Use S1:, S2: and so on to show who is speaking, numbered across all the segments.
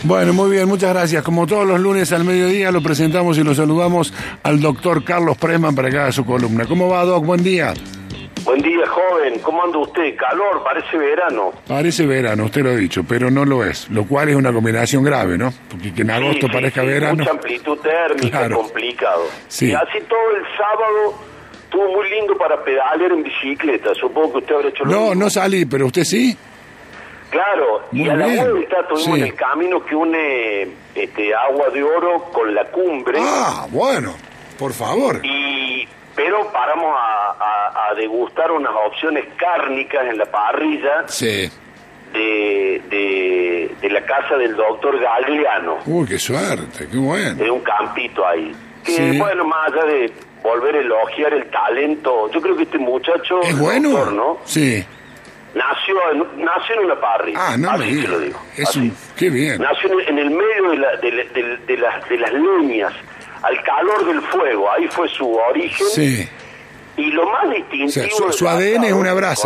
S1: Bueno, muy bien, muchas gracias. Como todos los lunes al mediodía lo presentamos y lo saludamos al doctor Carlos Pressman para que haga su columna. ¿Cómo va, Doc? Buen día.
S2: Buen día, joven. ¿Cómo anda usted? Calor, parece verano.
S1: Parece verano, usted lo ha dicho, pero no lo es, lo cual es una combinación grave, ¿no? Porque que en agosto parezca verano.
S2: Mucha amplitud térmica, claro. Complicado.
S1: Sí.
S2: Y así todo el sábado estuvo muy lindo para pedalear en bicicleta. Supongo que usted habrá hecho lo mismo.
S1: No salí, pero usted sí.
S2: Claro,
S1: muy
S2: y a
S1: bien.
S2: la vuelta tuvimos
S1: Sí.
S2: el camino que une Agua de Oro con la cumbre.
S1: Ah, bueno, por favor.
S2: Pero paramos a degustar unas opciones cárnicas en la parrilla.
S1: Sí.
S2: De la casa del doctor Gagliano.
S1: Uy, qué suerte, qué bueno.
S2: De un campito ahí. Que
S1: Sí.
S2: bueno, más allá de volver a elogiar el talento, yo creo que este muchacho,
S1: ¿Es bueno?
S2: doctor, ¿no?
S1: Sí.
S2: Nació en una parrilla.
S1: Ah, no me
S2: así
S1: diga.
S2: te lo digo.
S1: Qué bien.
S2: Nació en el medio de las leñas, al calor del fuego. Ahí fue su origen.
S1: Sí.
S2: Y lo más
S1: O
S2: distintivo...
S1: sea, su ADN es una brasa.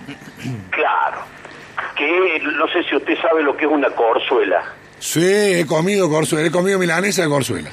S2: Claro. Que no sé si usted sabe lo que es una corzuela.
S1: Sí, he comido milanesa de corzuela.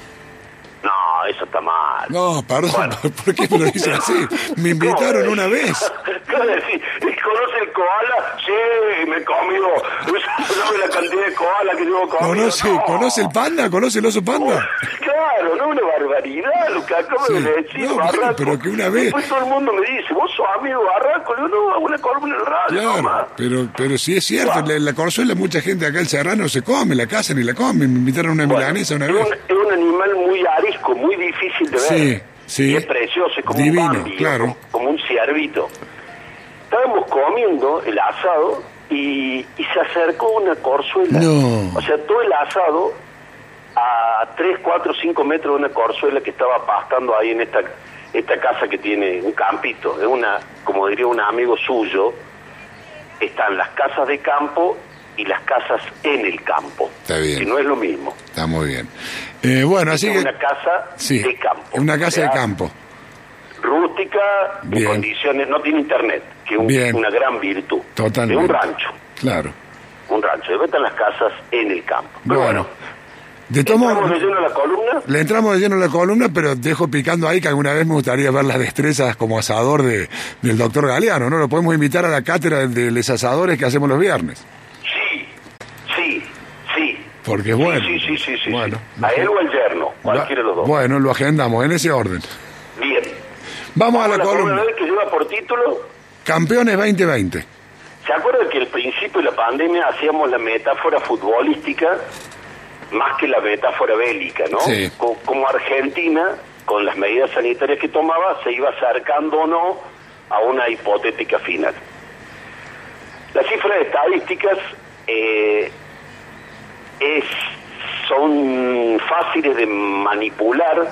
S2: No, eso está mal.
S1: No, perdón,
S2: Bueno.
S1: ¿por qué me lo dicen así? Me invitaron una vez.
S2: Claro, sí. ¿Conoce el koala? Sí, me he comido. ¿Sabe la cantidad de koala que llevo comido?
S1: ¿Conoce el panda? ¿Conoce el oso panda?
S2: Claro, no, una barbaridad lo que acabo de decir,
S1: No,
S2: Barranco.
S1: pero que una vez...
S2: Después todo el mundo me dice, vos sos amigo de Barranco. Le digo, no, hago una columna en el radio.
S1: Claro,
S2: nomás.
S1: pero sí es cierto, la corzuela mucha gente acá el serrano se come, la cazan y la comen. Me invitaron a una milanesa una vez.
S2: Es un animal muy arisco, muy difícil de ver.
S1: Sí.
S2: Y es precioso, es como
S1: divino,
S2: un Bambi,
S1: claro.
S2: como un ciervito. Estábamos comiendo el asado y se acercó una corzuela.
S1: No.
S2: O sea, todo el asado a 3, 4, 5 metros de una corzuela que estaba pastando ahí en esta casa que tiene un campito. Es una, como diría un amigo suyo, están las casas de campo y las casas en el campo.
S1: Está bien.
S2: Que no es lo mismo.
S1: Está muy bien. Bueno, así
S2: Es
S1: que...
S2: una casa de campo.
S1: Una casa
S2: O sea,
S1: de campo.
S2: Rústica,
S1: Bien.
S2: en condiciones, no tiene internet, que es una gran virtud.
S1: Totalmente.
S2: De un rancho.
S1: Claro.
S2: Un rancho. Después están las casas en el campo. Pero
S1: Bueno.
S2: ¿entramos de lleno a la columna?
S1: Le entramos de lleno a la columna, pero dejo picando ahí que alguna vez me gustaría ver las destrezas como asador del doctor Gagliano, ¿no? Lo podemos invitar a la cátedra de los asadores que hacemos los viernes.
S2: Sí.
S1: Porque es bueno.
S2: Sí.
S1: Bueno,
S2: a él o al yerno, cualquiera de los dos.
S1: Bueno, lo agendamos en ese orden.
S2: Bien.
S1: Vamos a la columna.
S2: Columna que lleva por título...
S1: Campeones 2020.
S2: ¿Se acuerdan que al principio de la pandemia hacíamos la metáfora futbolística más que la metáfora bélica, ¿no?
S1: Sí.
S2: Como Argentina, con las medidas sanitarias que tomaba, se iba acercando o no a una hipotética final. Las cifras estadísticas son fáciles de manipular,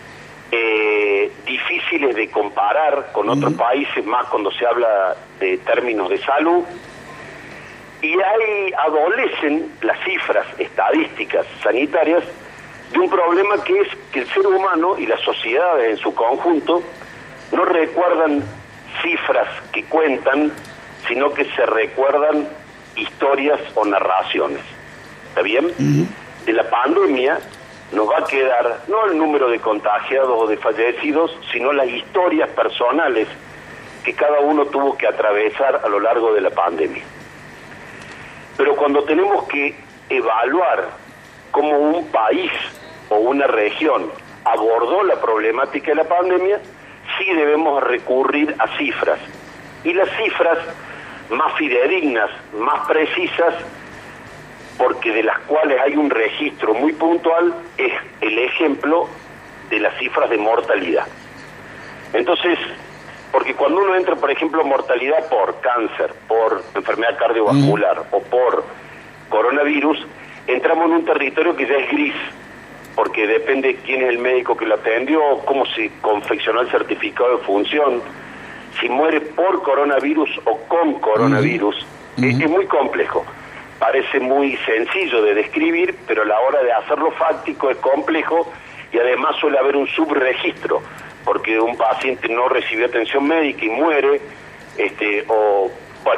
S2: difíciles de comparar con otros países, más cuando se habla de términos de salud, y adolecen las cifras estadísticas sanitarias de un problema que es que el ser humano y las sociedades en su conjunto no recuerdan cifras que cuentan, sino que se recuerdan historias o narraciones. ¿Está bien? De la pandemia nos va a quedar no el número de contagiados o de fallecidos, sino las historias personales que cada uno tuvo que atravesar a lo largo de la pandemia. Pero cuando tenemos que evaluar cómo un país o una región abordó la problemática de la pandemia, sí debemos recurrir a cifras. Y las cifras más fidedignas, más precisas, porque de las cuales hay un registro muy puntual, es el ejemplo de las cifras de mortalidad. Entonces, porque cuando uno entra, por ejemplo, mortalidad por cáncer, por enfermedad cardiovascular o por coronavirus, entramos en un territorio que ya es gris, porque depende quién es el médico que lo atendió, cómo se confeccionó el certificado de función, si muere por coronavirus o con coronavirus. Es muy complejo. Parece muy sencillo de describir, pero a la hora de hacerlo fáctico es complejo y además suele haber un subregistro, porque un paciente no recibió atención médica y muere, o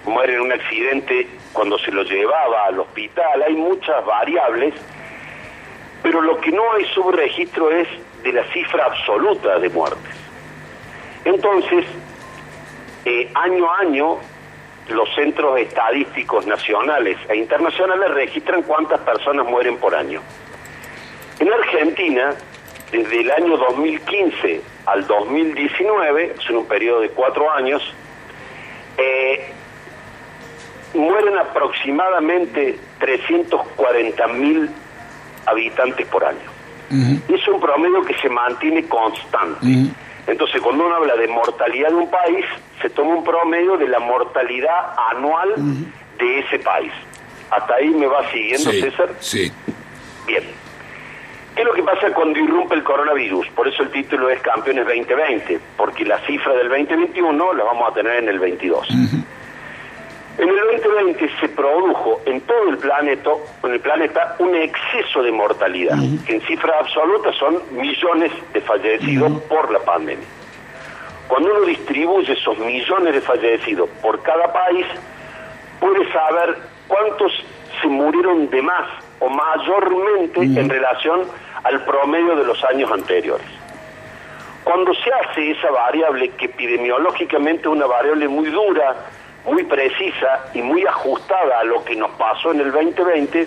S2: muere en un accidente cuando se lo llevaba al hospital. Hay muchas variables, pero lo que no hay subregistro es de la cifra absoluta de muertes. Entonces, año a año, los centros estadísticos nacionales e internacionales registran cuántas personas mueren por año. En Argentina, desde el año 2015 al 2019, es un periodo de 4 años, mueren aproximadamente 340.000 habitantes por año. Es un promedio que se mantiene constante. Entonces, cuando uno habla de mortalidad de un país, se toma un promedio de la mortalidad anual de ese país. ¿Hasta ahí me va siguiendo,
S1: sí,
S2: César?
S1: Sí.
S2: Bien. ¿Qué es lo que pasa cuando irrumpe el coronavirus? Por eso el título es Campeones 2020, porque la cifra del 2021 la vamos a tener en el 22. En el 2020 se produjo en todo el planeta un exceso de mortalidad, que en cifras absolutas son millones de fallecidos por la pandemia. Cuando uno distribuye esos millones de fallecidos por cada país, puede saber cuántos se murieron de más o mayormente en relación al promedio de los años anteriores. Cuando se hace esa variable, que epidemiológicamente es una variable muy dura, muy precisa y muy ajustada a lo que nos pasó en el 2020,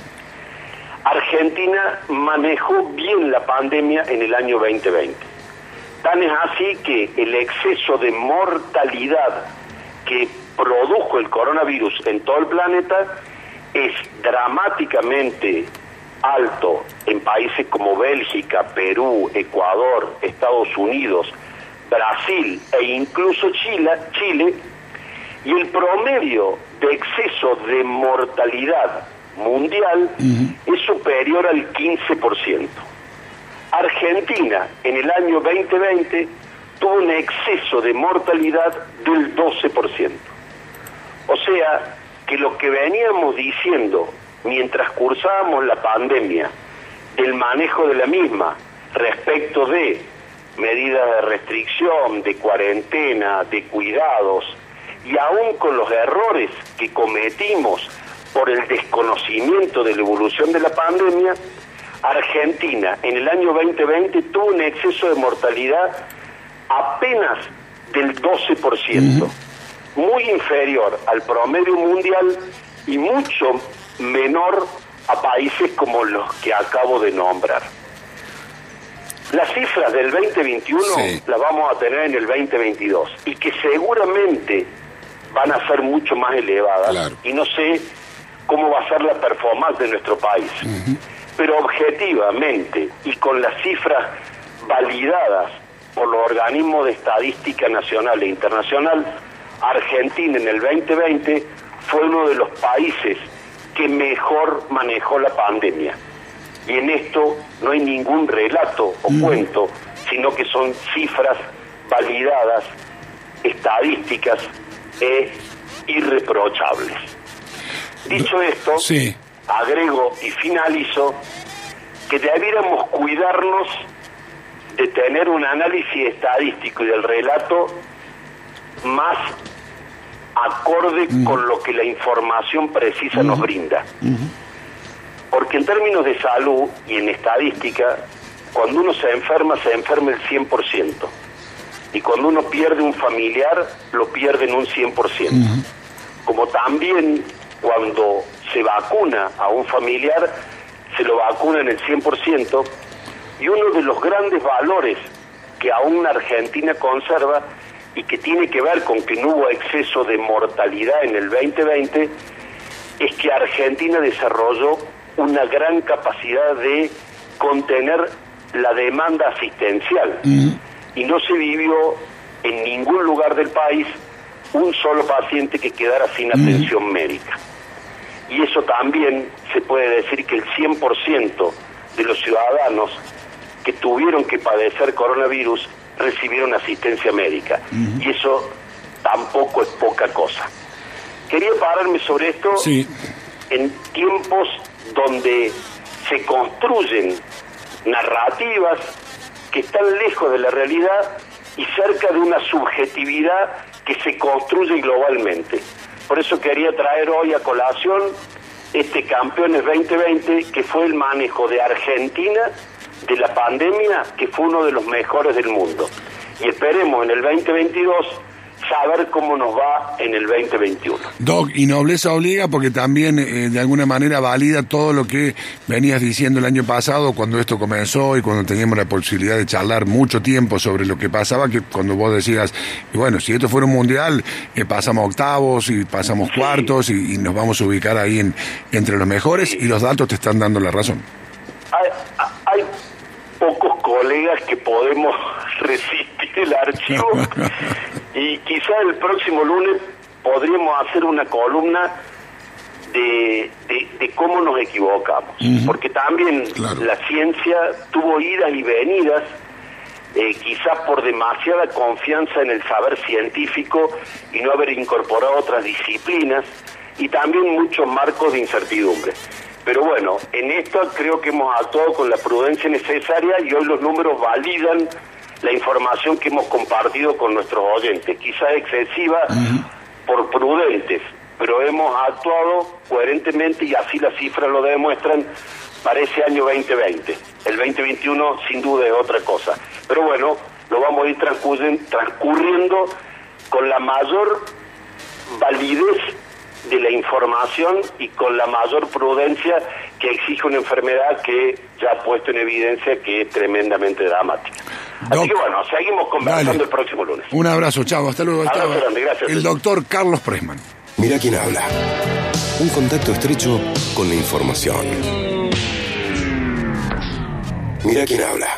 S2: Argentina manejó bien la pandemia en el año 2020. Tan es así que el exceso de mortalidad que produjo el coronavirus en todo el planeta es dramáticamente alto en países como Bélgica, Perú, Ecuador, Estados Unidos, Brasil e incluso Chile, y el promedio de exceso de mortalidad mundial es superior al 15%. Argentina en el año 2020 tuvo un exceso de mortalidad del 12%. O sea, que lo que veníamos diciendo mientras cursábamos la pandemia, del manejo de la misma respecto de medidas de restricción, de cuarentena, de cuidados, y aún con los errores que cometimos por el desconocimiento de la evolución de la pandemia, Argentina en el año 2020 tuvo un exceso de mortalidad apenas del 12%, muy inferior al promedio mundial y mucho menor a países como los que acabo de nombrar. Las cifras del 2021 las vamos a tener en el 2022 y que seguramente van a ser mucho más elevadas, y no sé cómo va a ser la performance de nuestro país. Pero objetivamente y con las cifras validadas por los organismos de estadística nacional e internacional, Argentina en el 2020 fue uno de los países que mejor manejó la pandemia. Y en esto no hay ningún relato o cuento, sino que son cifras validadas, estadísticas e irreprochables. Dicho esto, agrego y finalizo que debiéramos cuidarnos de tener un análisis estadístico y del relato más acorde con lo que la información precisa nos brinda. Porque en términos de salud y en estadística, cuando uno se enferma el 100%. Y cuando uno pierde un familiar, lo pierde en un 100%. Como también cuando se vacuna a un familiar, se lo vacuna en el 100%. Y uno de los grandes valores que aún Argentina conserva y que tiene que ver con que no hubo exceso de mortalidad en el 2020, es que Argentina desarrolló una gran capacidad de contener la demanda asistencial. Y no se vivió en ningún lugar del país un solo paciente que quedara sin atención médica. Y eso también se puede decir que el 100% de los ciudadanos que tuvieron que padecer coronavirus recibieron asistencia médica. Y eso tampoco es poca cosa. Quería pararme sobre esto en tiempos donde se construyen narrativas que están lejos de la realidad y cerca de una subjetividad que se construye globalmente. Por eso quería traer hoy a colación este Campeones 2020, que fue el manejo de Argentina de la pandemia, que fue uno de los mejores del mundo. Y esperemos en el 2022 saber cómo nos va en el 2021.
S1: Doc, y nobleza obliga porque también de alguna manera valida todo lo que venías diciendo el año pasado cuando esto comenzó y cuando teníamos la posibilidad de charlar mucho tiempo sobre lo que pasaba, que cuando vos decías, bueno, si esto fuera un mundial, pasamos octavos y pasamos cuartos y nos vamos a ubicar ahí entre los mejores, y los datos te están dando la razón.
S2: Hay pocos colegas que podemos resistir el archivo y quizá el próximo lunes podríamos hacer una columna de cómo nos equivocamos, porque también la ciencia tuvo idas y venidas, quizás por demasiada confianza en el saber científico y no haber incorporado otras disciplinas, y también muchos marcos de incertidumbre. Pero bueno, en esto creo que hemos actuado con la prudencia necesaria y hoy los números validan la información que hemos compartido con nuestros oyentes, quizás excesiva por prudentes, pero hemos actuado coherentemente y así las cifras lo demuestran para ese año 2020. El 2021 sin duda es otra cosa. Pero bueno, lo vamos a ir transcurriendo con la mayor validez de la información y con la mayor prudencia que exige una enfermedad que ya ha puesto en evidencia que es tremendamente dramática.
S1: Doc,
S2: así que bueno, seguimos conversando el próximo lunes.
S1: Un abrazo, chavo, hasta luego.
S2: Abrazo grande, gracias.
S1: El doctor Carlos Pressman.
S3: Mira quién habla. Un contacto estrecho con la información. Mira quién habla.